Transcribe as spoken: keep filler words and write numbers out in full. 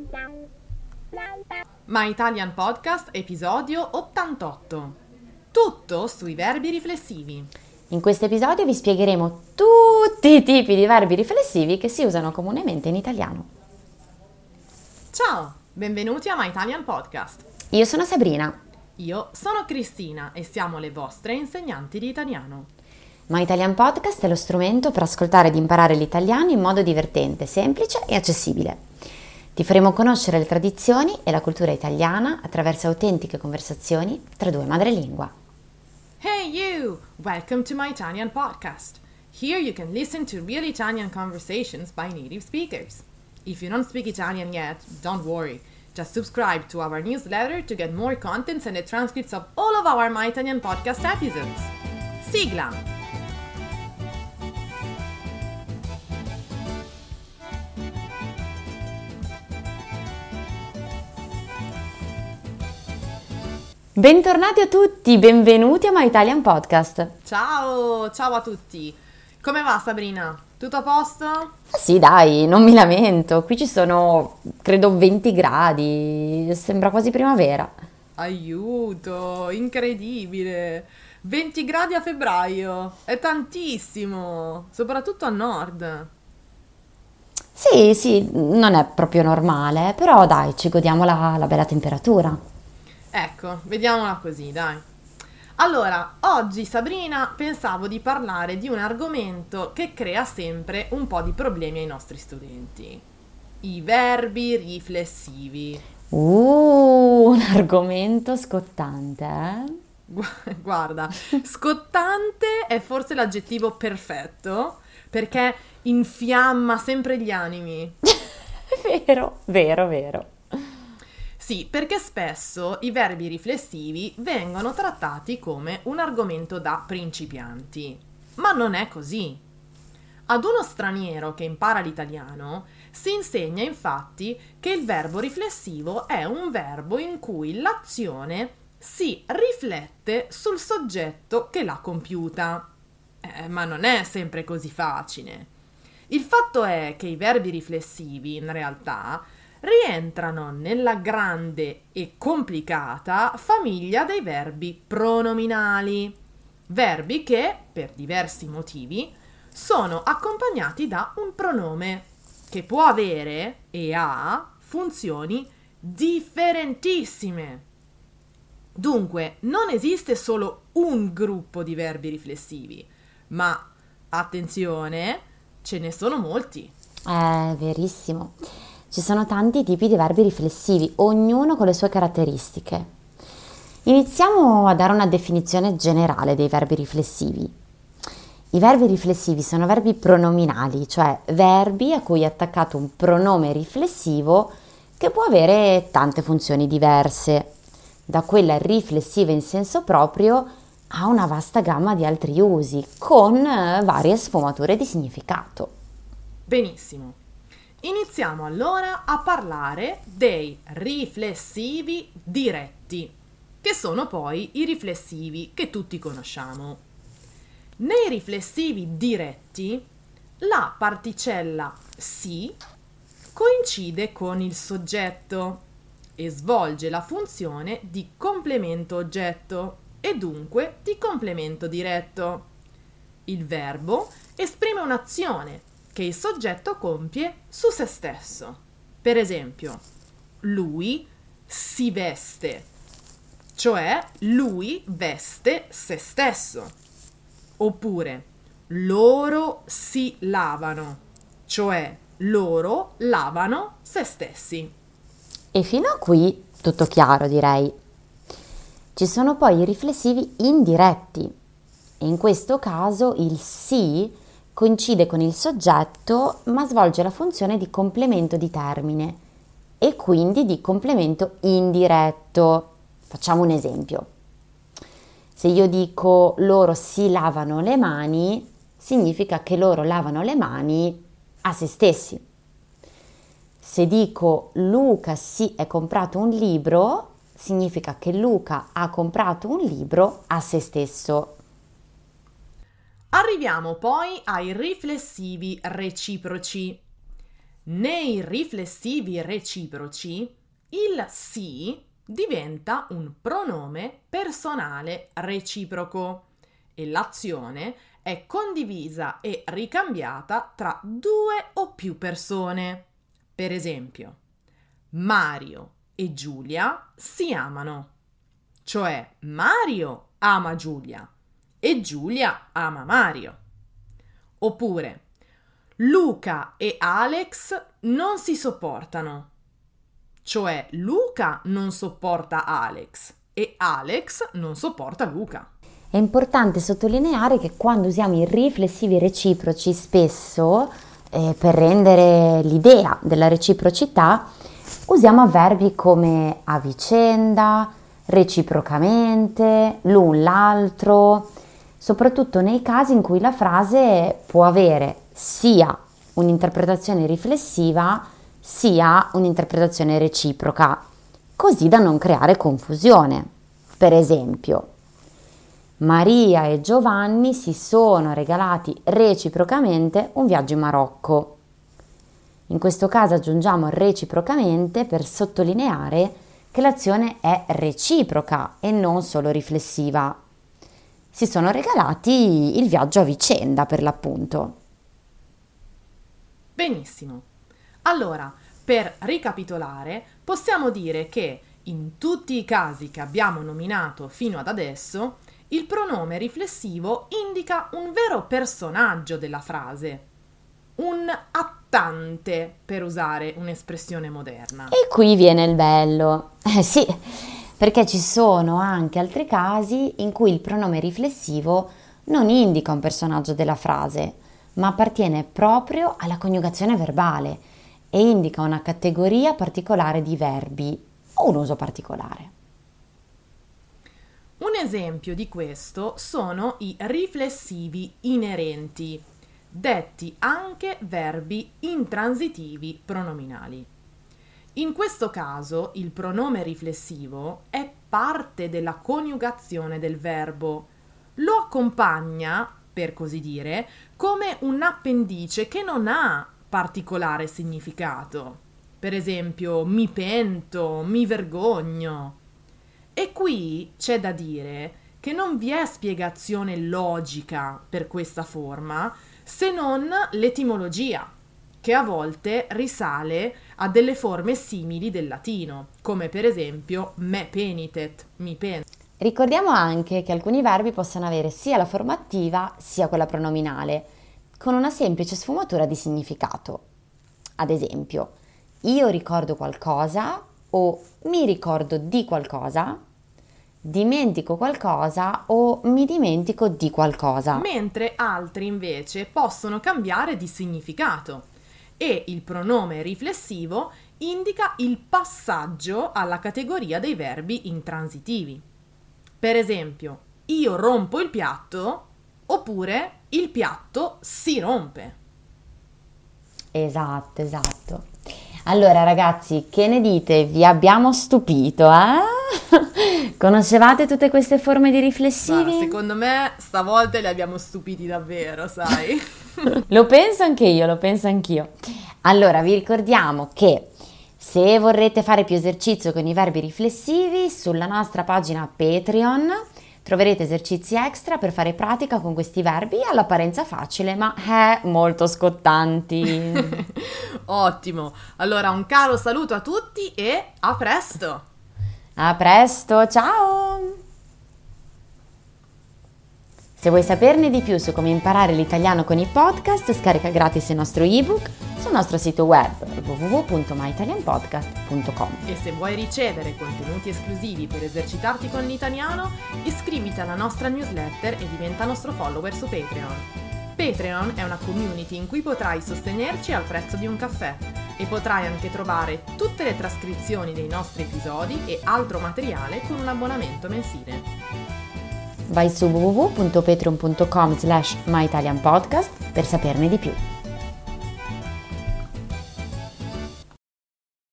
My Italian Podcast, episodio ottantotto. Tutto sui verbi riflessivi. In questo episodio vi spiegheremo tutti i tipi di verbi riflessivi che si usano comunemente in italiano. Ciao, benvenuti a My Italian Podcast. Io sono Sabrina. Io sono Cristina e siamo le vostre insegnanti di italiano. My Italian Podcast è lo strumento per ascoltare ed imparare l'italiano in modo divertente, semplice e accessibile. Ti faremo conoscere le tradizioni e la cultura italiana attraverso autentiche conversazioni tra due madrelingua. Hey you! Welcome to My Italian Podcast. Here you can listen to real Italian conversations by native speakers. If you don't speak Italian yet, don't worry. Just subscribe to our newsletter to get more contents and the transcripts of all of our My Italian Podcast episodes. Sigla! Bentornati a tutti, benvenuti a My Italian Podcast. Ciao, ciao a tutti. Come va Sabrina? Tutto a posto? Sì, dai, non mi lamento. Qui ci sono, credo, venti gradi. Sembra quasi primavera. Aiuto, incredibile. venti gradi a febbraio. È tantissimo, soprattutto a nord. Sì, sì, non è proprio normale, però dai, ci godiamo la, la bella temperatura. Ecco, vediamola così, dai. Allora, oggi Sabrina pensavo di parlare di un argomento che crea sempre un po' di problemi ai nostri studenti. I verbi riflessivi. Uh, un argomento scottante, eh? Gu- Guarda, scottante è forse l'aggettivo perfetto perché infiamma sempre gli animi. Vero, vero, vero. Sì, perché spesso i verbi riflessivi vengono trattati come un argomento da principianti, ma non è così. Ad uno straniero che impara l'italiano si insegna infatti che il verbo riflessivo è un verbo in cui l'azione si riflette sul soggetto che l'ha compiuta. Eh, ma non è sempre così facile. Il fatto è che i verbi riflessivi, in realtà, rientrano nella grande e complicata famiglia dei verbi pronominali, verbi che, per diversi motivi, sono accompagnati da un pronome che può avere e ha funzioni differentissime. Dunque, non esiste solo un gruppo di verbi riflessivi, ma, attenzione, ce ne sono molti. È verissimo. Ci sono tanti tipi di verbi riflessivi, ognuno con le sue caratteristiche. Iniziamo a dare una definizione generale dei verbi riflessivi. I verbi riflessivi sono verbi pronominali, cioè verbi a cui è attaccato un pronome riflessivo che può avere tante funzioni diverse, da quella riflessiva in senso proprio a una vasta gamma di altri usi, con varie sfumature di significato. Benissimo. Iniziamo allora a parlare dei riflessivi diretti, che sono poi i riflessivi che tutti conosciamo. Nei riflessivi diretti, la particella si coincide con il soggetto e svolge la funzione di complemento oggetto e dunque di complemento diretto. Il verbo esprime un'azione che il soggetto compie su se stesso. Per esempio, lui si veste, cioè lui veste se stesso. Oppure, loro si lavano, cioè loro lavano se stessi. E fino a qui tutto chiaro, direi. Ci sono poi i riflessivi indiretti e in questo caso il si coincide con il soggetto ma svolge la funzione di complemento di termine e quindi di complemento indiretto. Facciamo un esempio. Se io dico loro si lavano le mani, significa che loro lavano le mani a se stessi. Se dico Luca si è comprato un libro, significa che Luca ha comprato un libro a se stesso. Arriviamo poi ai riflessivi reciproci. Nei riflessivi reciproci, il si diventa un pronome personale reciproco e l'azione è condivisa e ricambiata tra due o più persone. Per esempio, Mario e Giulia si amano, cioè Mario ama Giulia e Giulia ama Mario. Oppure, Luca e Alex non si sopportano, cioè Luca non sopporta Alex e Alex non sopporta Luca. È importante sottolineare che quando usiamo i riflessivi reciproci spesso, eh, per rendere l'idea della reciprocità, usiamo avverbi come a vicenda, reciprocamente, l'un l'altro, soprattutto nei casi in cui la frase può avere sia un'interpretazione riflessiva sia un'interpretazione reciproca, così da non creare confusione. Per esempio, Maria e Giovanni si sono regalati reciprocamente un viaggio in Marocco. In questo caso aggiungiamo reciprocamente per sottolineare che l'azione è reciproca e non solo riflessiva. Si sono regalati il viaggio a vicenda, per l'appunto. Benissimo. Allora, per ricapitolare, possiamo dire che in tutti i casi che abbiamo nominato fino ad adesso, il pronome riflessivo indica un vero personaggio della frase, un attante, per usare un'espressione moderna. E qui viene il bello. Eh sì, perché ci sono anche altri casi in cui il pronome riflessivo non indica un personaggio della frase, ma appartiene proprio alla coniugazione verbale e indica una categoria particolare di verbi o un uso particolare. Un esempio di questo sono i riflessivi inerenti, detti anche verbi intransitivi pronominali. In questo caso il pronome riflessivo è parte della coniugazione del verbo, lo accompagna, per così dire, come un appendice che non ha particolare significato. Per esempio, mi pento, mi vergogno. E qui c'è da dire che non vi è spiegazione logica per questa forma se non l'etimologia, che a volte risale a delle forme simili del latino, come per esempio me penitet, mi pento. Ricordiamo anche che alcuni verbi possono avere sia la forma attiva sia quella pronominale, con una semplice sfumatura di significato. Ad esempio, io ricordo qualcosa o mi ricordo di qualcosa, dimentico qualcosa o mi dimentico di qualcosa. Mentre altri invece possono cambiare di significato e il pronome riflessivo indica il passaggio alla categoria dei verbi intransitivi. Per esempio, io rompo il piatto oppure il piatto si rompe. Esatto, esatto. Allora ragazzi, che ne dite? Vi abbiamo stupito, eh? Conoscevate tutte queste forme di riflessivi? Guarda, secondo me stavolta li abbiamo stupiti davvero, sai? Lo penso anche io, lo penso anch'io. Allora, vi ricordiamo che se vorrete fare più esercizio con i verbi riflessivi, sulla nostra pagina Patreon troverete esercizi extra per fare pratica con questi verbi all'apparenza facile, ma eh, molto scottanti. Ottimo, allora un caro saluto a tutti e a presto! A presto, ciao! Se vuoi saperne di più su come imparare l'italiano con i podcast, scarica gratis il nostro ebook sul nostro sito web w w w punto my italian podcast punto com. E se vuoi ricevere contenuti esclusivi per esercitarti con l'italiano, iscriviti alla nostra newsletter e diventa nostro follower su Patreon. Patreon è una community in cui potrai sostenerci al prezzo di un caffè e potrai anche trovare tutte le trascrizioni dei nostri episodi e altro materiale con un abbonamento mensile. Vai su w w w punto patreon punto com slash my italian podcast per saperne di più.